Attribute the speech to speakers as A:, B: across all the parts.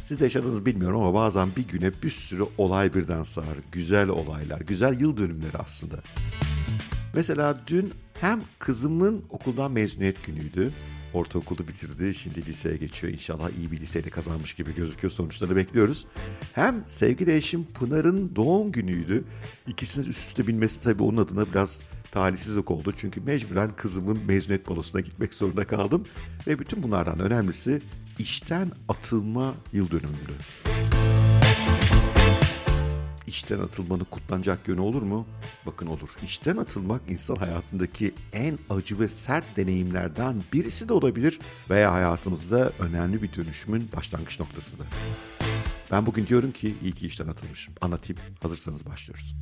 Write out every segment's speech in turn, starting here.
A: Siz de yaşadınız bilmiyorum ama bazen bir güne bir sürü olay birden sığar. Güzel olaylar, güzel yıl dönümleri aslında. Mesela dün hem kızımın okuldan mezuniyet günüydü. Ortaokulu bitirdi, şimdi liseye geçiyor. İnşallah iyi bir liseyle kazanmış gibi gözüküyor, sonuçlarını bekliyoruz. Hem sevgili eşim Pınar'ın doğum günüydü. İkisinin üst üste binmesi tabii onun adına biraz talihsizlik oldu. Çünkü mecburen kızımın mezuniyet balosuna gitmek zorunda kaldım. Ve bütün bunlardan önemlisi işten atılma yıl dönümümdü. İşten atılmanın kutlanacak yönü olur mu? Bakın olur. İşten atılmak insan hayatındaki en acı ve sert deneyimlerden birisi de olabilir veya hayatınızda önemli bir dönüşümün başlangıç noktasıdır. Ben bugün diyorum ki iyi ki işten atılmışım. Anlatayım. Hazırsanız başlıyoruz.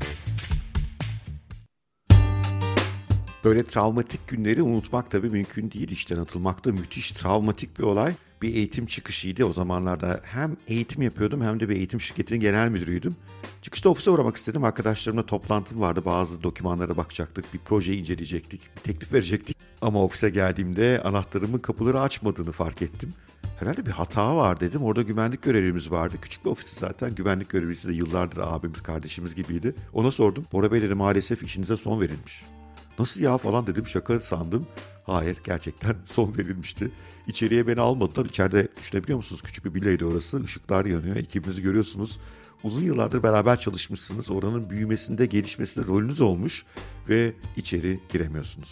A: Böyle travmatik günleri unutmak tabii mümkün değil. İşten atılmak da müthiş travmatik bir olay. Bir eğitim çıkışıydı. O zamanlarda hem eğitim yapıyordum hem de bir eğitim şirketinin genel müdürüydüm. Çıkışta ofise uğramak istedim. Arkadaşlarımla toplantım vardı. Bazı dokümanlara bakacaktık. Bir projeyi inceleyecektik. Bir teklif verecektik. Ama ofise geldiğimde anahtarımın kapıları açmadığını fark ettim. Herhalde bir hata var dedim. Orada güvenlik görevlimiz vardı. Küçük bir ofis zaten. Güvenlik görevlisi de yıllardır abimiz, kardeşimiz gibiydi. Ona sordum. Bora Bey dedi, maalesef işinize son verilmiş. Nasıl ya falan dedim, şaka sandım. Hayır, gerçekten son verilmişti. İçeriye beni almadılar. İçeride düşünebiliyor musunuz? Küçük bir villaydı orası. Işıklar yanıyor. Ekibinizi görüyorsunuz. Uzun yıllardır beraber çalışmışsınız. Oranın büyümesinde, gelişmesinde rolünüz olmuş ve içeri giremiyorsunuz.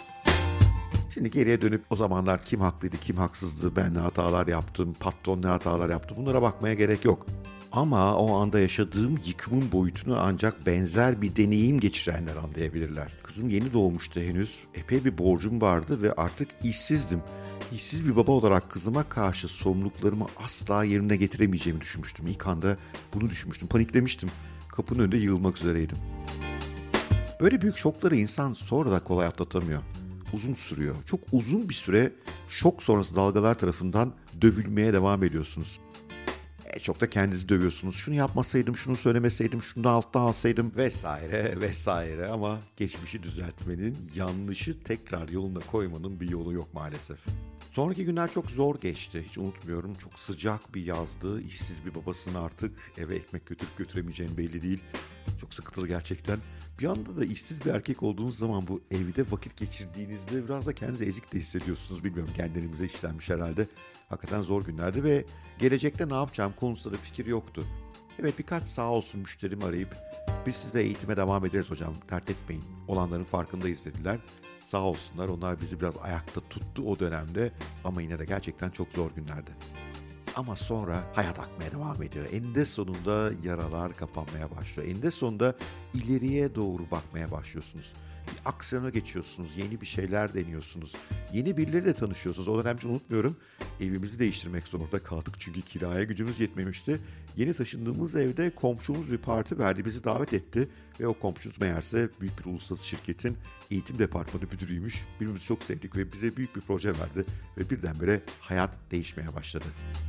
A: Şimdi geriye dönüp o zamanlar kim haklıydı, kim haksızdı, ben ne hatalar yaptım, patron ne hatalar yaptı, bunlara bakmaya gerek yok. Ama o anda yaşadığım yıkımın boyutunu ancak benzer bir deneyim geçirenler anlayabilirler. Kızım yeni doğmuştu henüz, epey bir borcum vardı ve artık işsizdim. İşsiz bir baba olarak kızıma karşı sorumluluklarımı asla yerine getiremeyeceğimi düşünmüştüm. İlk anda bunu düşünmüştüm, paniklemiştim. Kapının önünde yığılmak üzereydim. Böyle büyük şokları insan sonra da kolay atlatamıyor. Uzun sürüyor. Çok uzun bir süre şok sonrası dalgalar tarafından dövülmeye devam ediyorsunuz. Çok da kendinizi dövüyorsunuz. Şunu yapmasaydım, şunu söylemeseydim, şunu da alttan alsaydım vesaire vesaire. Ama geçmişi düzeltmenin, yanlışı tekrar yoluna koymanın bir yolu yok maalesef. Sonraki günler çok zor geçti. Hiç unutmuyorum. Çok sıcak bir yazdı. İşsiz bir babasını artık eve ekmek götürüp götüremeyeceğim belli değil. Çok sıkıntılı gerçekten. Bir anda da işsiz bir erkek olduğunuz zaman bu evde vakit geçirdiğinizde biraz da kendinizi ezik de hissediyorsunuz. Bilmiyorum, kendinize işlenmiş herhalde. Hakikaten zor günlerdi ve gelecekte ne yapacağım konusunda da fikir yoktu. Evet, birkaç sağ olsun müşterimi arayıp biz size eğitime devam ederiz hocam, dert etmeyin, olanların farkındayız dediler. Sağ olsunlar, onlar bizi biraz ayakta tuttu o dönemde ama yine de gerçekten çok zor günlerdi. Ama sonra hayat akmaya devam ediyor. Eninde sonunda yaralar kapanmaya başlıyor. Eninde sonunda ileriye doğru bakmaya başlıyorsunuz. Bir aksiyona geçiyorsunuz. Yeni bir şeyler deniyorsunuz. Yeni birileriyle tanışıyorsunuz. O dönem hiç unutmuyorum. Evimizi değiştirmek zorunda kaldık. Çünkü kiraya gücümüz yetmemişti. Yeni taşındığımız evde komşumuz bir parti verdi. Bizi davet etti. Ve o komşumuz meğerse büyük bir uluslararası şirketin eğitim departmanı müdürüymüş. Birbirimizi çok sevdik ve bize büyük bir proje verdi. Ve birdenbire hayat değişmeye başladı.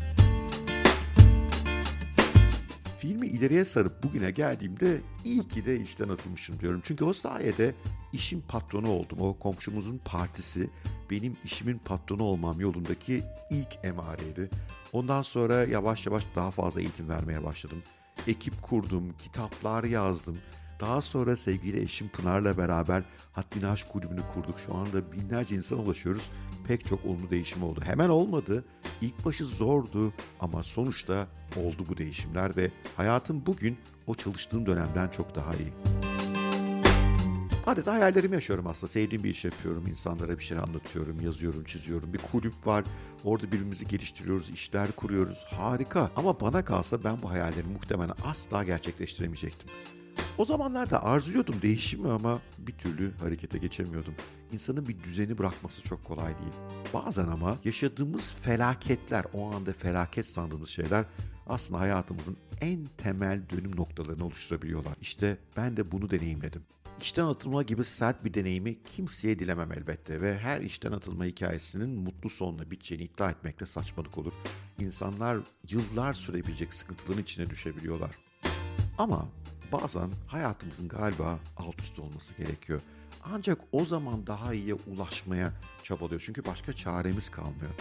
A: Filmi ileriye sarıp bugüne geldiğimde iyi ki de işten atılmışım diyorum. Çünkü o sayede işin patronu oldum. O komşumuzun partisi benim işimin patronu olmam yolundaki ilk emareydi. Ondan sonra yavaş yavaş daha fazla eğitim vermeye başladım. Ekip kurdum, kitaplar yazdım. Daha sonra sevgili eşim Pınar'la beraber Haddini Aşk Kulübü'nü kurduk. Şu anda binlerce insana ulaşıyoruz. Pek çok olumlu değişim oldu. Hemen olmadı. İlk başı zordu ama sonuçta oldu bu değişimler ve hayatım bugün o çalıştığım dönemden çok daha iyi. Adeta hayallerimi yaşıyorum aslında. Sevdiğim bir iş yapıyorum. İnsanlara bir şey anlatıyorum, yazıyorum, çiziyorum. Bir kulüp var. Orada birbirimizi geliştiriyoruz, işler kuruyoruz. Harika. Ama bana kalsa ben bu hayallerimi muhtemelen asla gerçekleştiremeyecektim. O zamanlarda arzuluyordum değişimi ama bir türlü harekete geçemiyordum. İnsanın bir düzeni bırakması çok kolay değil. Bazen ama yaşadığımız felaketler, o anda felaket sandığımız şeyler aslında hayatımızın en temel dönüm noktalarını oluşturabiliyorlar. İşte ben de bunu deneyimledim. İşten atılma gibi sert bir deneyimi kimseye dilemem elbette ve her işten atılma hikayesinin mutlu sonla biteceğini iddia etmek de saçmalık olur. İnsanlar yıllar sürebilecek sıkıntıların içine düşebiliyorlar. Ama bazen hayatımızın galiba alt üst olması gerekiyor. Ancak o zaman daha iyiye ulaşmaya çabalıyor. Çünkü başka çaremiz kalmıyor.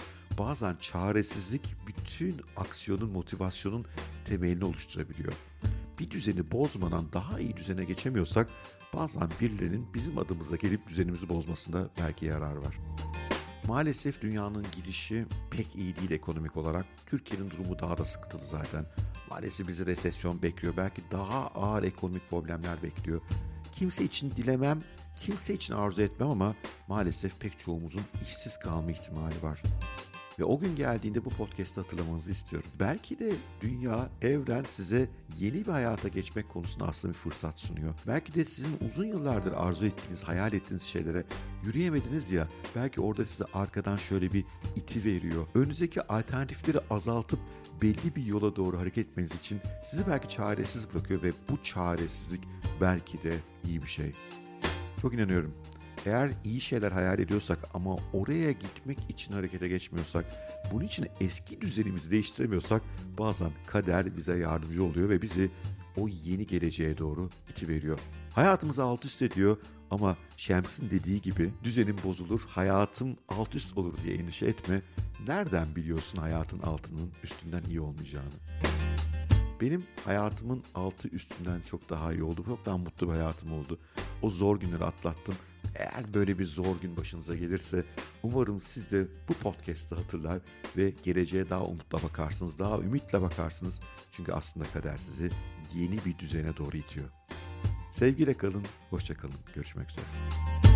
A: bazen çaresizlik bütün aksiyonun, motivasyonun temelini oluşturabiliyor. Bir düzeni bozmadan daha iyi düzene geçemiyorsak bazen birilerinin bizim adımıza gelip düzenimizi bozmasında belki yarar var. Maalesef dünyanın gidişi pek iyi değil ekonomik olarak. Türkiye'nin durumu daha da sıkıntılı zaten. Maalesef bizi resesyon bekliyor. Belki daha ağır ekonomik problemler bekliyor. Kimse için dilemem, kimse için arzu etmem ama maalesef pek çoğumuzun işsiz kalma ihtimali var. Ve o gün geldiğinde bu podcast'ı hatırlamanızı istiyorum. Belki de dünya, evren size yeni bir hayata geçmek konusunda aslında bir fırsat sunuyor. Belki de sizin uzun yıllardır arzu ettiğiniz, hayal ettiğiniz şeylere yürüyemediniz ya, belki orada size arkadan şöyle bir iti veriyor. Önünüzdeki alternatifleri azaltıp belli bir yola doğru hareket etmeniz için sizi belki çaresiz bırakıyor ve bu çaresizlik belki de iyi bir şey. Çok inanıyorum. Eğer iyi şeyler hayal ediyorsak ama oraya gitmek için harekete geçmiyorsak, bunun için eski düzenimizi değiştiremiyorsak bazen kader bize yardımcı oluyor ve bizi o yeni geleceğe doğru itiveriyor. Hayatımızı alt üst ediyor ama Şems'in dediği gibi düzenim bozulur, hayatım alt üst olur diye endişe etme. Nereden biliyorsun hayatın altının üstünden iyi olmayacağını? Benim hayatımın altı üstünden çok daha iyi oldu, çok daha mutlu bir hayatım oldu. O zor günleri atlattım. Eğer böyle bir zor gün başınıza gelirse umarım siz de bu podcast'ı hatırlar ve geleceğe daha umutla bakarsınız, daha ümitle bakarsınız. Çünkü aslında kader sizi yeni bir düzene doğru itiyor. Sevgiyle kalın, hoşça kalın. Görüşmek üzere.